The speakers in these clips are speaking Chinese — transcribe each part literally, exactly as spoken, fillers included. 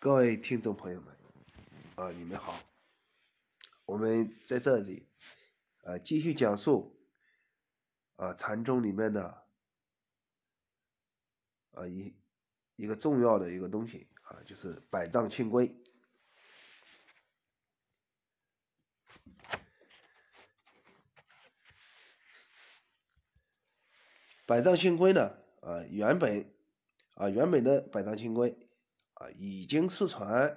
各位听众朋友们，啊、你们好，我们在这里，呃，继续讲述，啊、禅宗里面的，啊、一一个重要的一个东西啊，就是百丈清规。百丈清规呢，啊、原本，啊、原本的百丈清规，啊、已经失传，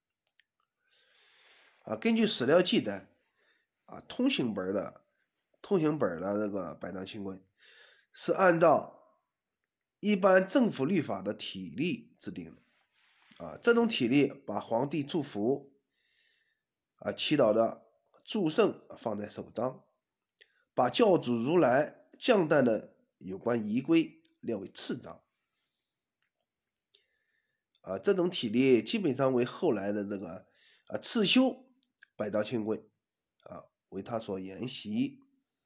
啊，根据史料记载，啊，通行本的通行本的这个百丈清规是按照一般政府律法的体例制定的，啊，这种体例把皇帝祝福、啊祈祷的祝圣放在首章，把教主如来降诞的有关仪规列为次章。啊，这种体例基本上为后来的这个啊次修百丈清规啊为他所沿袭。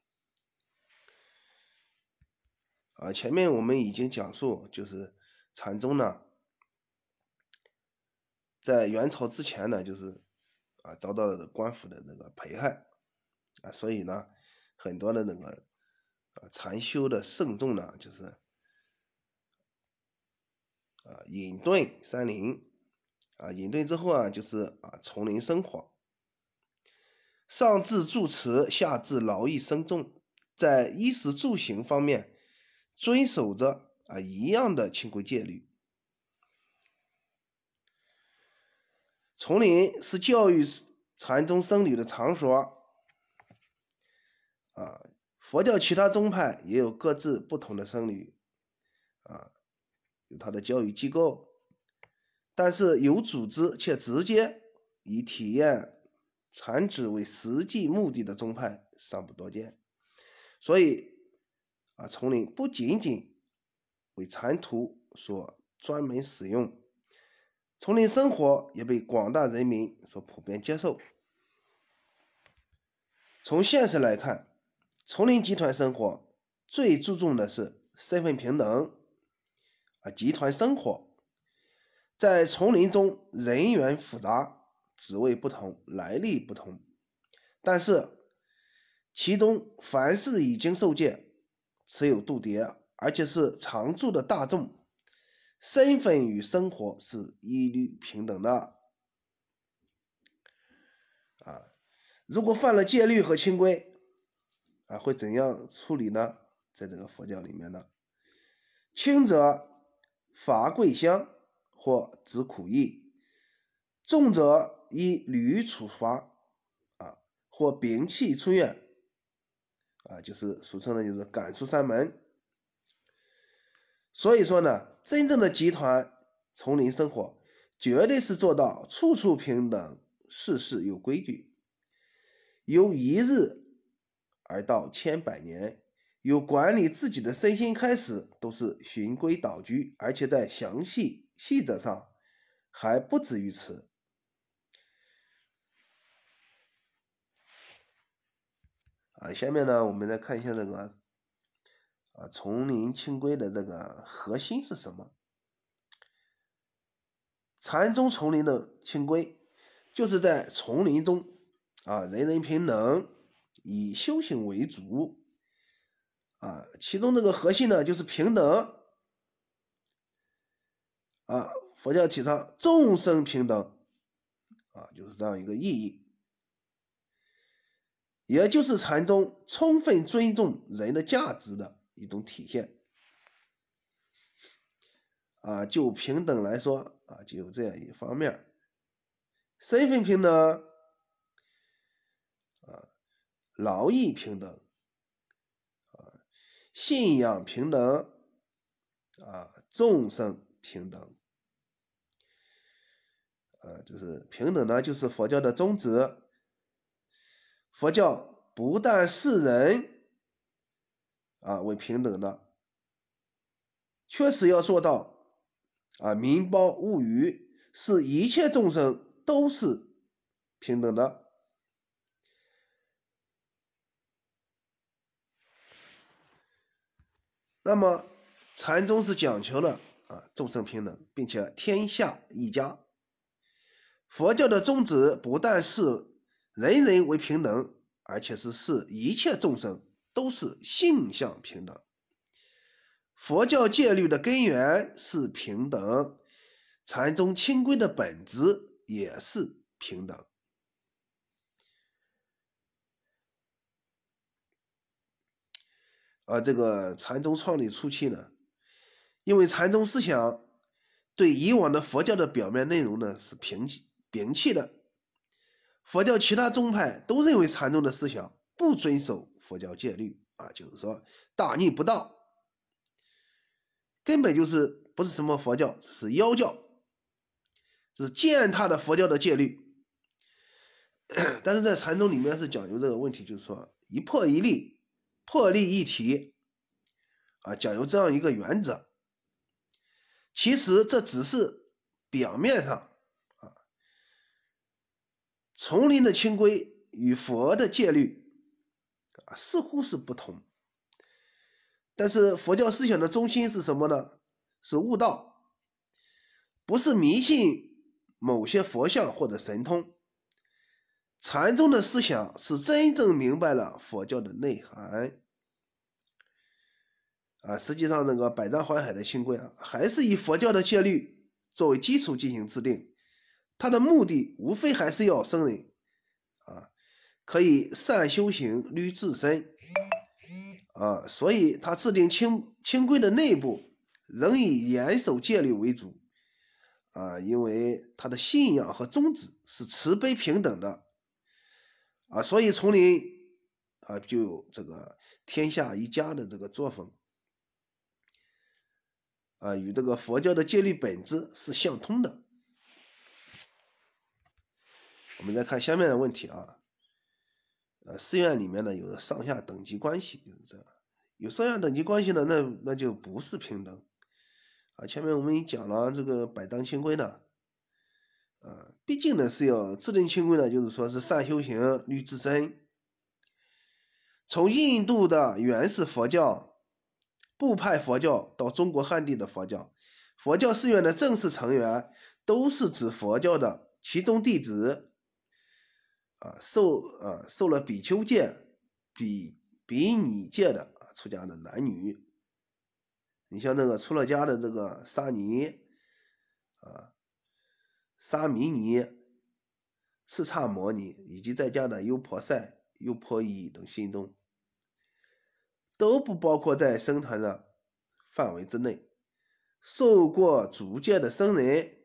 啊，前面我们已经讲述，就是禅宗呢，在元朝之前呢，就是啊遭到了官府的那个迫害啊，所以呢，很多的那个啊禅修的圣众呢，就是啊隐遁山林，啊隐遁之后啊，就是啊丛林生活，上至住持，下至劳役僧众，在衣食住行方面遵守着啊一样的清规戒律。丛林是教育禅宗僧侣的场所，啊，佛教其他宗派也有各自不同的僧侣，啊，有他的教育机构，但是有组织且直接以体验禅旨为实际目的的宗派尚不多见。所以啊，丛林不仅仅为禅徒所专门使用，丛林生活也被广大人民所普遍接受。从现实来看，丛林集团生活最注重的是身份平等啊，集团生活在丛林中人员复杂，职位不同，来历不同，但是其中凡是已经受戒、持有度牒，而且是常住的大众，身份与生活是一律平等的。啊，如果犯了戒律和清规，啊，会怎样处理呢？在这个佛教里面呢，轻则罚跪香或执苦役，重则以屡处罚，啊，或摒弃出院，啊，就是俗称的就是赶出山门。所以说呢，真正的集团丛林生活，绝对是做到处处平等，事事有规矩。由一日而到千百年，由管理自己的身心开始，都是循规蹈矩，而且在详细细则上还不止于此。啊，下面呢，我们来看一下这个啊丛林清规的这个核心是什么？禅宗丛林的清规，就是在丛林中啊，人人平等，以修行为主。啊，其中这个核心呢，就是平等。啊，佛教提倡众生平等，啊，就是这样一个意义。也就是禅宗充分尊重人的价值的一种体现。啊，就平等来说，啊，就有这样一方面：身份平等，啊，劳役平等，啊，信仰平等，啊，众生平等。呃，这是平等呢，就是佛教的宗旨。佛教不但视人啊为平等的，确实要做到啊民胞物与，使一切众生都是平等的。那么禅宗是讲求了啊众生平等，并且天下一家， 佛教的宗旨不但是人人为平等，而且是视一切众生都是性相平等。佛教戒律的根源是平等，禅宗清规的本质也是平等。而这个禅宗创立初期呢，因为禅宗思想对以往的佛教的表面内容呢是摒弃摒弃的，佛教其他宗派都认为禅宗的思想不遵守佛教戒律啊，就是说大逆不道，根本就是不是什么佛教，是妖教，是践踏的佛教的戒律。但是在禅宗里面是讲究这个问题，就是说一破一立，破立一体啊，讲究这样一个原则。其实这只是表面上啊，丛林的清规与佛的戒律啊似乎是不同，但是佛教思想的中心是什么呢？是悟道，不是迷信某些佛像或者神通。禅宗的思想是真正明白了佛教的内涵啊，实际上那个百丈怀海的清规啊，还是以佛教的戒律作为基础进行制定，它的目的无非还是要僧人啊可以善修行虑自身啊，所以他制定清清规的内部仍以严守戒律为主啊，因为他的信仰和宗旨是慈悲平等的啊，所以丛林啊就有这个天下一家的这个作风啊，与这个佛教的戒律本质是相通的。我们再看下面的问题啊，呃，寺院里面呢有上下等级关系，就是这样，有上下等级关系呢，那那就不是平等啊。前面我们已讲了这个百丈清规呢，啊，毕竟呢是要制定清规呢，就是说是善修行虑自身。从印度的原始佛教、部派佛教到中国汉地的佛教，佛教寺院的正式成员都是指佛教的其中弟子啊，受啊受了比丘戒、比比尼戒的啊出家的男女。你像那个出了家的这个沙尼啊、沙弥尼、赤叉摩尼，以及在家的优婆塞、优婆夷等信众，都不包括在僧团的范围之内。受过主戒的僧人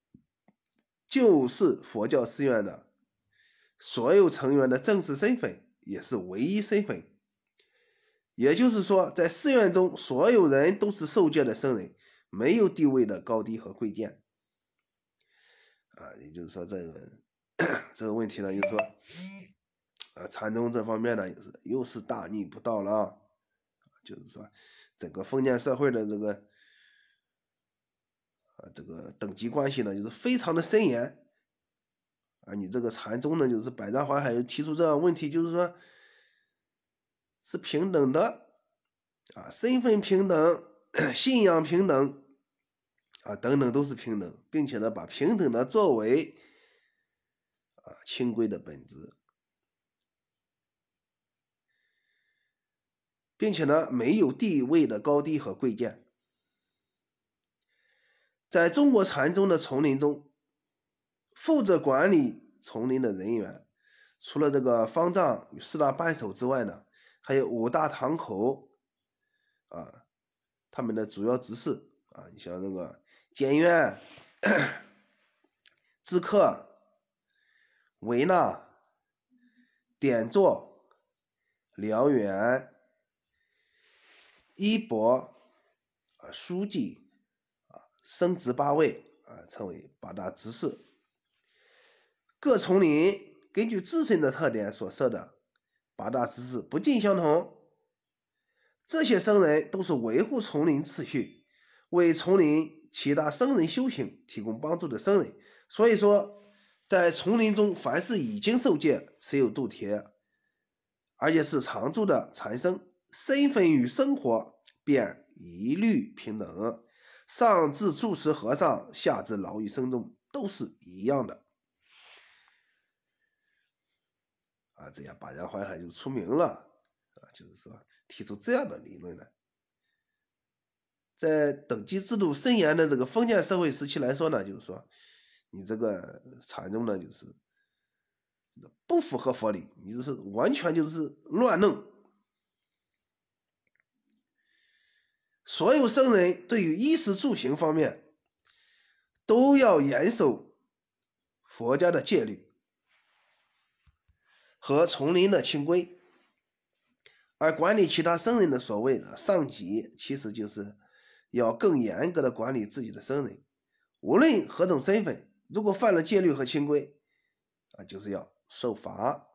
就是佛教寺院的所有成员的正式身份，也是唯一身份。也就是说，在寺院中，所有人都是受戒的僧人，没有地位的高低和贵贱啊。也就是说，这个这个问题呢，就是说，啊，禅宗这方面呢，又是又是大逆不道了啊。就是说，整个封建社会的这个啊这个等级关系呢，就是非常的森严。啊，你这个禅宗呢，就是百丈怀海提出这样问题，就是说是平等的啊，身份平等、信仰平等啊等等都是平等，并且呢，把平等的作为啊清规的本质，并且呢，没有地位的高低和贵贱。在中国禅宗的丛林中，负责管理丛林的人员，除了这个方丈与四大班首之外呢，还有五大堂口啊，他们的主要执事啊，你像那个监院、知客、维纳、典座、辽远、一博啊、书记啊，升职八位啊，称为八大执事。各丛林根据自身的特点所设的八大执事不尽相同，这些僧人都是维护丛林秩序、为丛林其他僧人修行提供帮助的僧人。所以说，在丛林中，凡是已经受戒、持有度牒，而且是常住的禅僧，身份与生活便一律平等，上至住持和尚，下至劳役僧众，都是一样的。 啊，这样百丈怀海就出名了啊，就是说提出这样的理论来。在等级制度森严的这个封建社会时期来说呢，就是说你这个禅宗呢，就是不符合佛理，你就是完全就是乱弄。所有僧人对于衣食住行方面都要严守佛家的戒律和丛林的清规，而管理其他僧人的所谓的上级，其实就是要更严格的管理自己的僧人，无论何种身份，如果犯了戒律和清规啊，就是要受罚。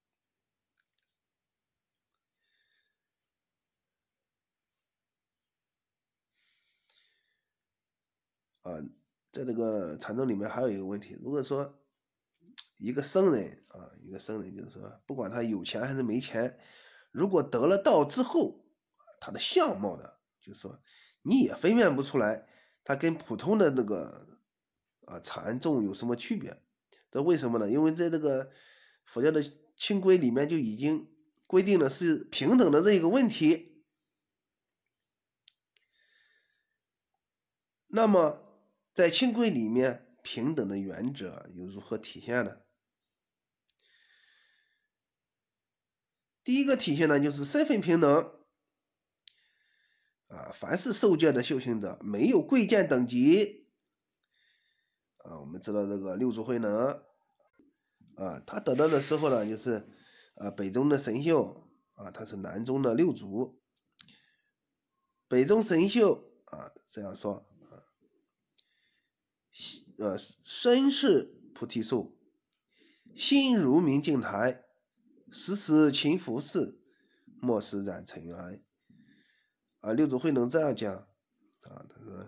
啊，在这个禅宗里面还有一个问题，如果说一个僧人啊，一个僧人就是说，不管他有钱还是没钱，如果得了道之后，他的相貌呢，就是说你也分辨不出来，他跟普通的那个啊禅众有什么区别？这为什么呢？因为在这个佛教的清规里面就已经规定了是平等的这一个问题。那么在清规里面，平等的原则又如何体现呢？第一个体现呢，就是身份平等。啊，凡是受戒的修行者，没有贵贱等级。啊，我们知道这个六祖慧能，啊，他得到的时候呢，就是啊北宗的神秀，啊，他是南宗的六祖。北宗神秀啊这样说，啊，呃，身是菩提树，心如明镜台，时时勤拂拭，莫使染尘埃。啊，六祖慧能这样讲，啊，他说，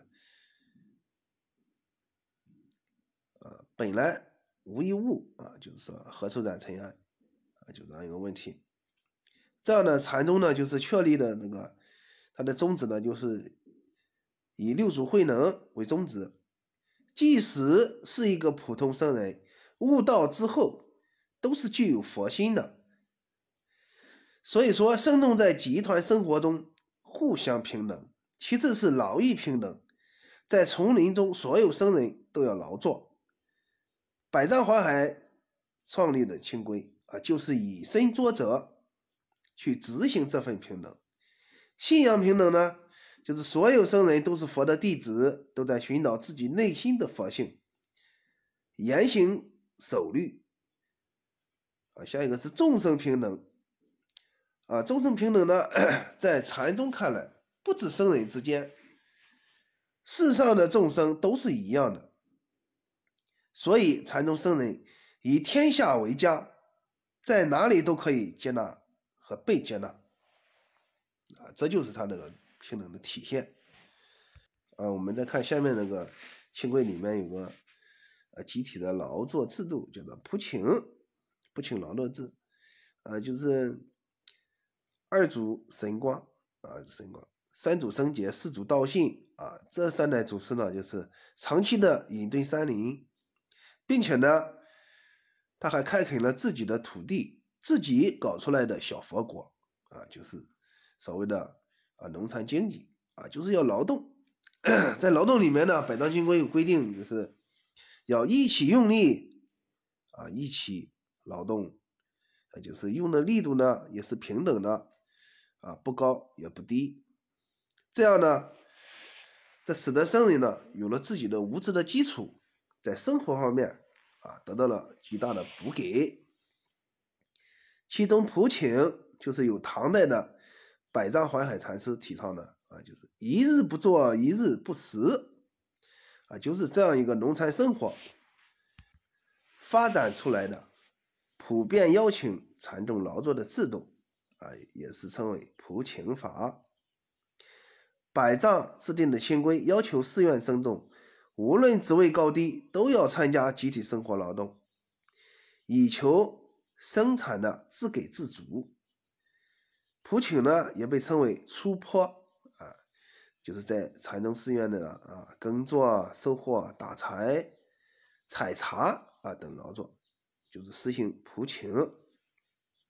呃，本来无一物啊，就是说何处染尘埃啊，就这样一个问题。这样呢，禅宗呢就是确立的那个它的宗旨呢，就是以六祖慧能为宗旨，即使是一个普通僧人，悟道之后都是具有佛心的。所以说，僧众在集团生活中互相平等，其次是劳逸平等。在丛林中，所有僧人都要劳作。百丈怀海创立的清规啊，就是以身作则去执行这份平等。信仰平等呢，就是所有僧人都是佛的弟子，都在寻找自己内心的佛性，言行守律。啊，下一个是众生平等。啊，众生平等呢，在禅宗看来，不止僧人之间，世上的众生都是一样的。所以禅宗僧人以天下为家，在哪里都可以接纳和被接纳。啊，这就是他那个平等的体现。啊，我们再看下面那个清规里面有个呃集体的劳作制度，叫做普请，普请劳作制。啊，就是二祖神光啊，神光，三祖僧节，四祖道信啊，这三代祖师呢，就是长期的隐遁山林，并且呢，他还开垦了自己的土地，自己搞出来的小佛国啊，就是所谓的啊农产经济啊，就是要劳动。在劳动里面呢，百丈清规有规定，就是要一起用力啊，一起劳动，啊，就是用的力度呢也是平等的啊，不高也不低。这样呢，这使得僧人呢有了自己的无知的基础，在生活方面啊得到了极大的补给。其中普请就是有唐代的百丈怀海禅师提倡的啊，就是一日不作，一日不食啊，就是这样一个农产生活发展出来的，普遍邀请禅众劳作的制度啊，也是称为普请法。百丈制定的清规要求寺院僧众无论职位高低都要参加集体生活劳动，以求生产的自给自足。普请呢也被称为出坡啊，就是在禅宗寺院的啊耕作、收获、打柴、采茶啊等劳作，就是实行普请。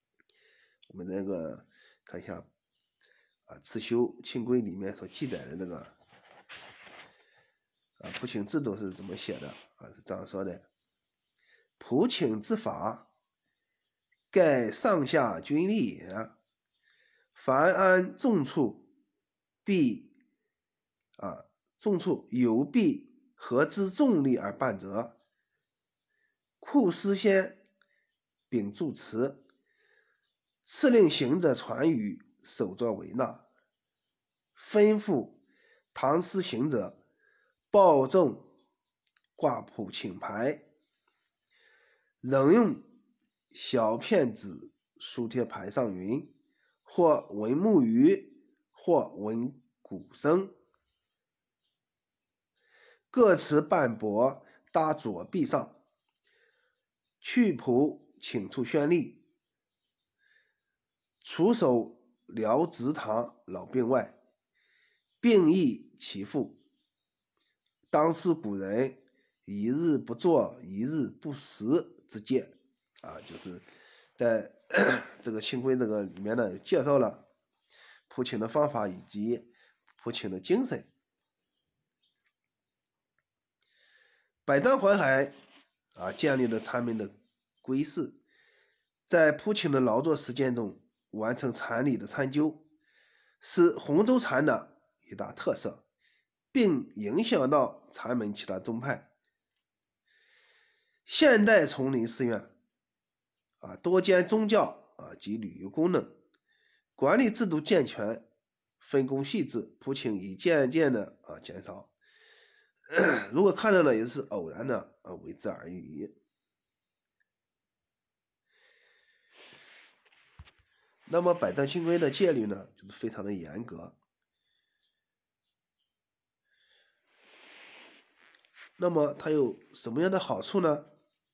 我们这个看一下啊，《刺绣清规》里面所记载的这个啊仆请制度是怎么写的啊？是这样说的：仆请之法，盖上下均利也。凡安重处，必啊重处有必合之重力而办者，库司先秉住持，次令行者传语，手作为纳，吩咐唐司行者报正挂谱请牌，仍用小片纸书贴牌上云，或文木鱼，或文鼓声，各持半帛搭左臂上，去谱请出宣力，除手疗祠堂老病外，病亦其父。当是古人一日不作，一日不食之戒啊，就是在这个清规这个里面呢，介绍了仆请的方法以及仆请的精神。百丈怀海啊建立了禅门的规式，在仆请的劳作实践中完成禅理的参究，是洪州禅的一大特色，并影响到禅门其他宗派。现代丛林寺院啊多兼宗教啊及旅游功能，管理制度健全，分工细致，仆请已渐渐的啊减少。如果看到了也是偶然的啊为之而已。那么百丈清规的戒律呢，就是非常的严格。那么它有什么样的好处呢？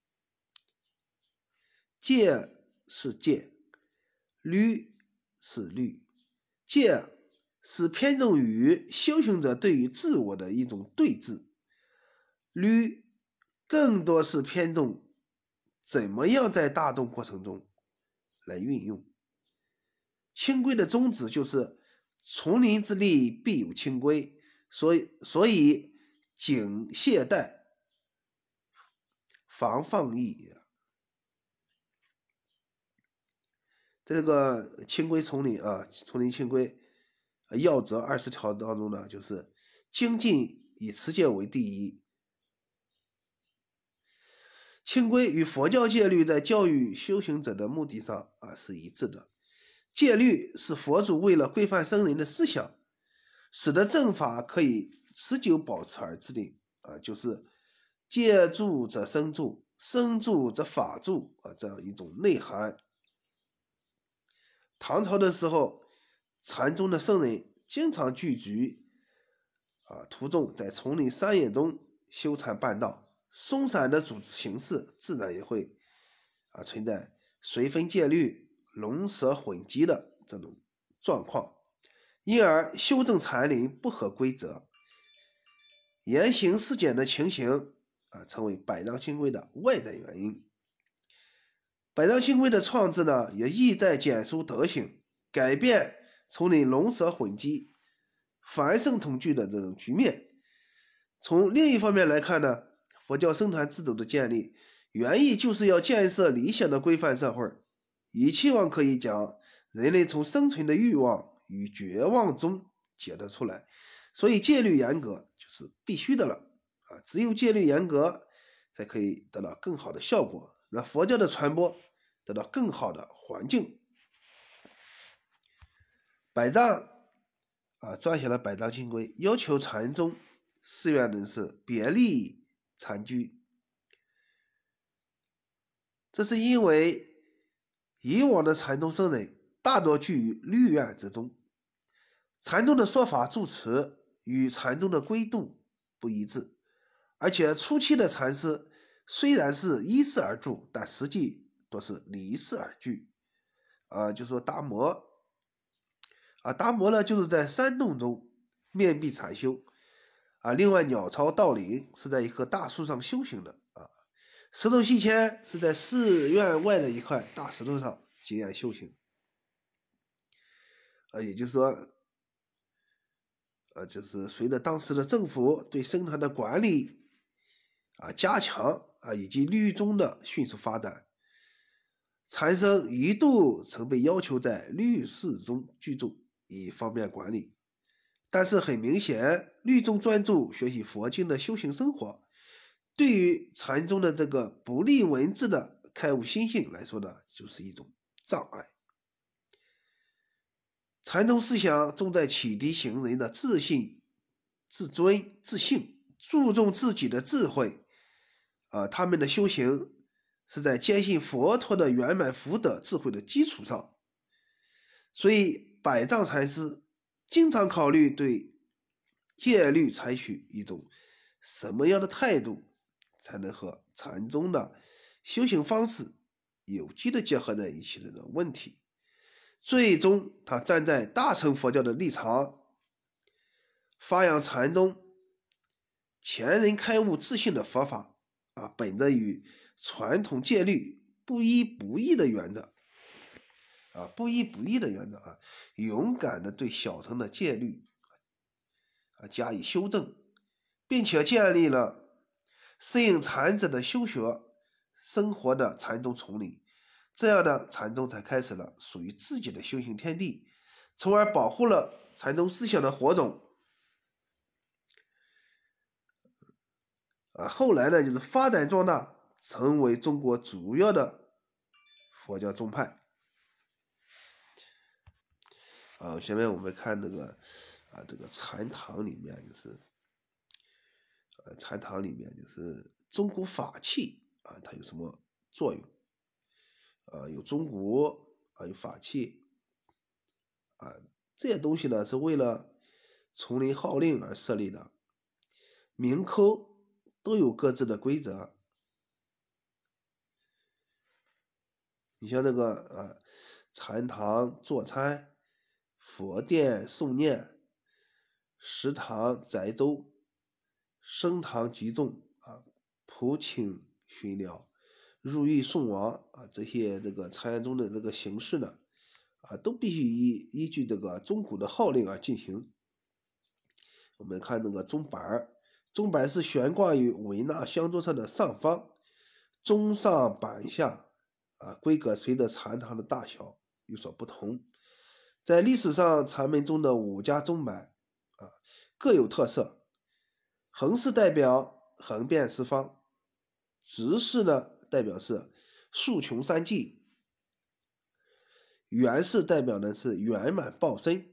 戒是戒，律是律。戒是偏重于修行者对于自我的一种对峙，律更多是偏重怎么样在大众过程中来运用。清规的宗旨就是丛林之利必有清规，所以所以警懈怠，防放逸。这个清规丛林啊，丛林清规要则二十条当中呢，就是精进以持戒为第一。清规与佛教戒律在教育修行者的目的上啊是一致的。戒律是佛祖为了规范僧人的思想，使得正法可以持久保持而制定啊，就是戒住则僧住，僧住则法住啊，这样一种内涵。唐朝的时候，禅宗的僧人经常聚集啊徒众在丛林山野中修禅办道，松散的组织形式自然也会啊存在随分戒律、龙蛇混集的这种状况，因而修正禅林不合规则，严刑事检的情形啊，成为百丈清规的外在原因。百丈清规的创制呢，也意在简书德行，改变丛林龙蛇混集、繁盛同居的这种局面。从另一方面来看呢，佛教僧团制度的建立，原意就是要建设理想的规范社会，以期望可以将人类从生存的欲望与绝望中解脱出来。所以戒律严格就是必须的了啊！只有戒律严格，才可以得到更好的效果，让佛教的传播得到更好的环境。百丈啊，撰写了百丈清规，要求禅宗寺院人士别立禅居。这是因为以往的禅宗僧人大多居于律院之中，禅宗的说法住持与禅宗的规度不一致，而且初期的禅师虽然是依师而住，但实际都是离师而居。啊，就说达摩啊，达摩呢就是在山洞中面壁禅修啊。另外，鸟巢道林是在一棵大树上修行的啊。石头细谦是在寺院外的一块大石头上经验修行。 啊，也就是说，呃，就是随着当时的政府对僧团的管理啊加强啊，以及律宗的迅速发展，禅僧一度曾被要求在律寺中居住，以方便管理。但是很明显，律宗专注学习佛经的修行生活，对于禅宗的这个不立文字的开悟心性来说呢，就是一种障碍。禅宗思想重在启迪行人的自信、自尊、自信，注重自己的智慧。啊、他们的修行是在坚信佛陀的圆满福德智慧的基础上，所以百丈禅师经常考虑对戒律采取一种什么样的态度，才能和禅宗的修行方式有机的结合在一起的这个问题。最终，他站在大乘佛教的立场，发扬禅宗前人开悟自信的佛法啊，本着与传统戒律不依不异的原则啊，不依不异的原则啊，勇敢的对小乘的戒律啊加以修正，并且建立了适应禅者的修学生活的禅宗丛林。这样呢，禅宗才开始了属于自己的修行天地，从而保护了禅宗思想的火种。啊，后来呢，就是发展壮大，成为中国主要的佛教宗派。啊，下面我们看这个啊，这个禅堂里面就是，呃，禅堂里面就是中古法器啊，它有什么作用？啊，有钟鼓啊，有法器啊，这些东西呢是为了丛林号令而设立的，明抠都有各自的规则。你像那个啊，禅堂坐参、佛殿诵念、食堂载粥、升堂集众啊、普请巡疗、入狱送亡啊，这些这个禅宗的这个形式呢，啊，都必须依依据这个钟鼓的号令而进行。我们看那个钟板儿，钟板是悬挂于维纳香桌上的上方，钟上板下。啊，规格随着禅堂的大小有所不同。在历史上，禅门中的五家钟板啊各有特色，横式代表横遍四方，直式呢代表是竖穷三际，圆式代表呢是圆满报身。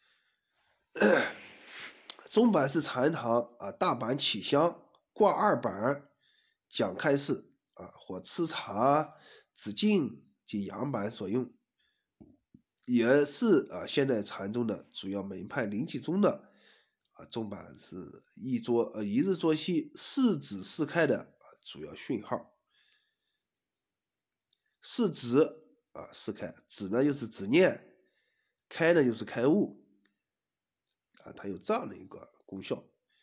钟板是禅堂啊大板起香、挂二板、讲开式啊或吃茶、止境及扬板所用，也是啊现代禅宗的主要门派灵济宗的啊钟板是一作呃一日作息四指四开的啊主要讯号。四指啊四开，指呢就是指念，开呢就是开悟啊，它有这样的一个功效。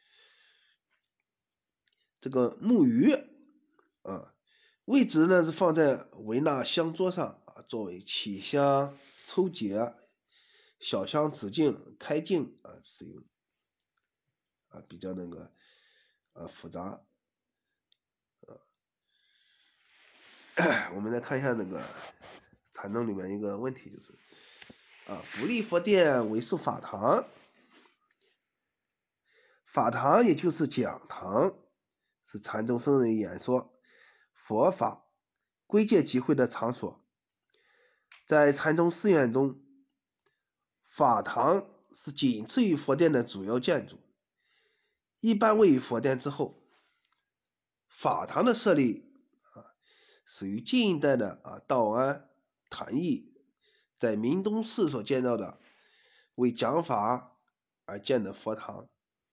这个木鱼啊，位置呢是放在维纳香桌上啊，作为起香、抽解、小香止境、开镜啊使用啊，比较那个呃复杂。呃，我们来看一下那个禅宗里面一个问题，就是啊，不立佛殿，为是法堂。法堂也就是讲堂，是禅宗僧人演说佛法、归戒集会的场所。在禅宗寺院中，法堂是仅次于佛殿的主要建筑，一般位于佛殿之后。法堂的设立啊，始于近代的啊道安、谭毅在明东寺所建造的为讲法而建的佛堂。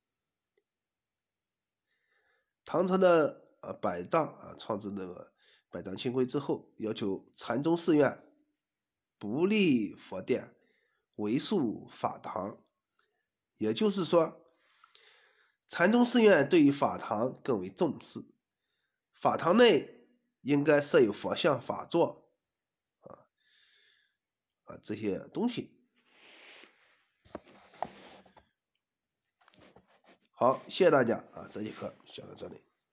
唐朝的呃百丈啊创制那个百丈清规之后，要求禅宗寺院不立佛殿，为塑法堂。也就是说，禅宗寺院对于法堂更为重视，法堂内应该设有佛像、法座啊啊这些东西。 好，谢谢大家啊，这节课讲到这里。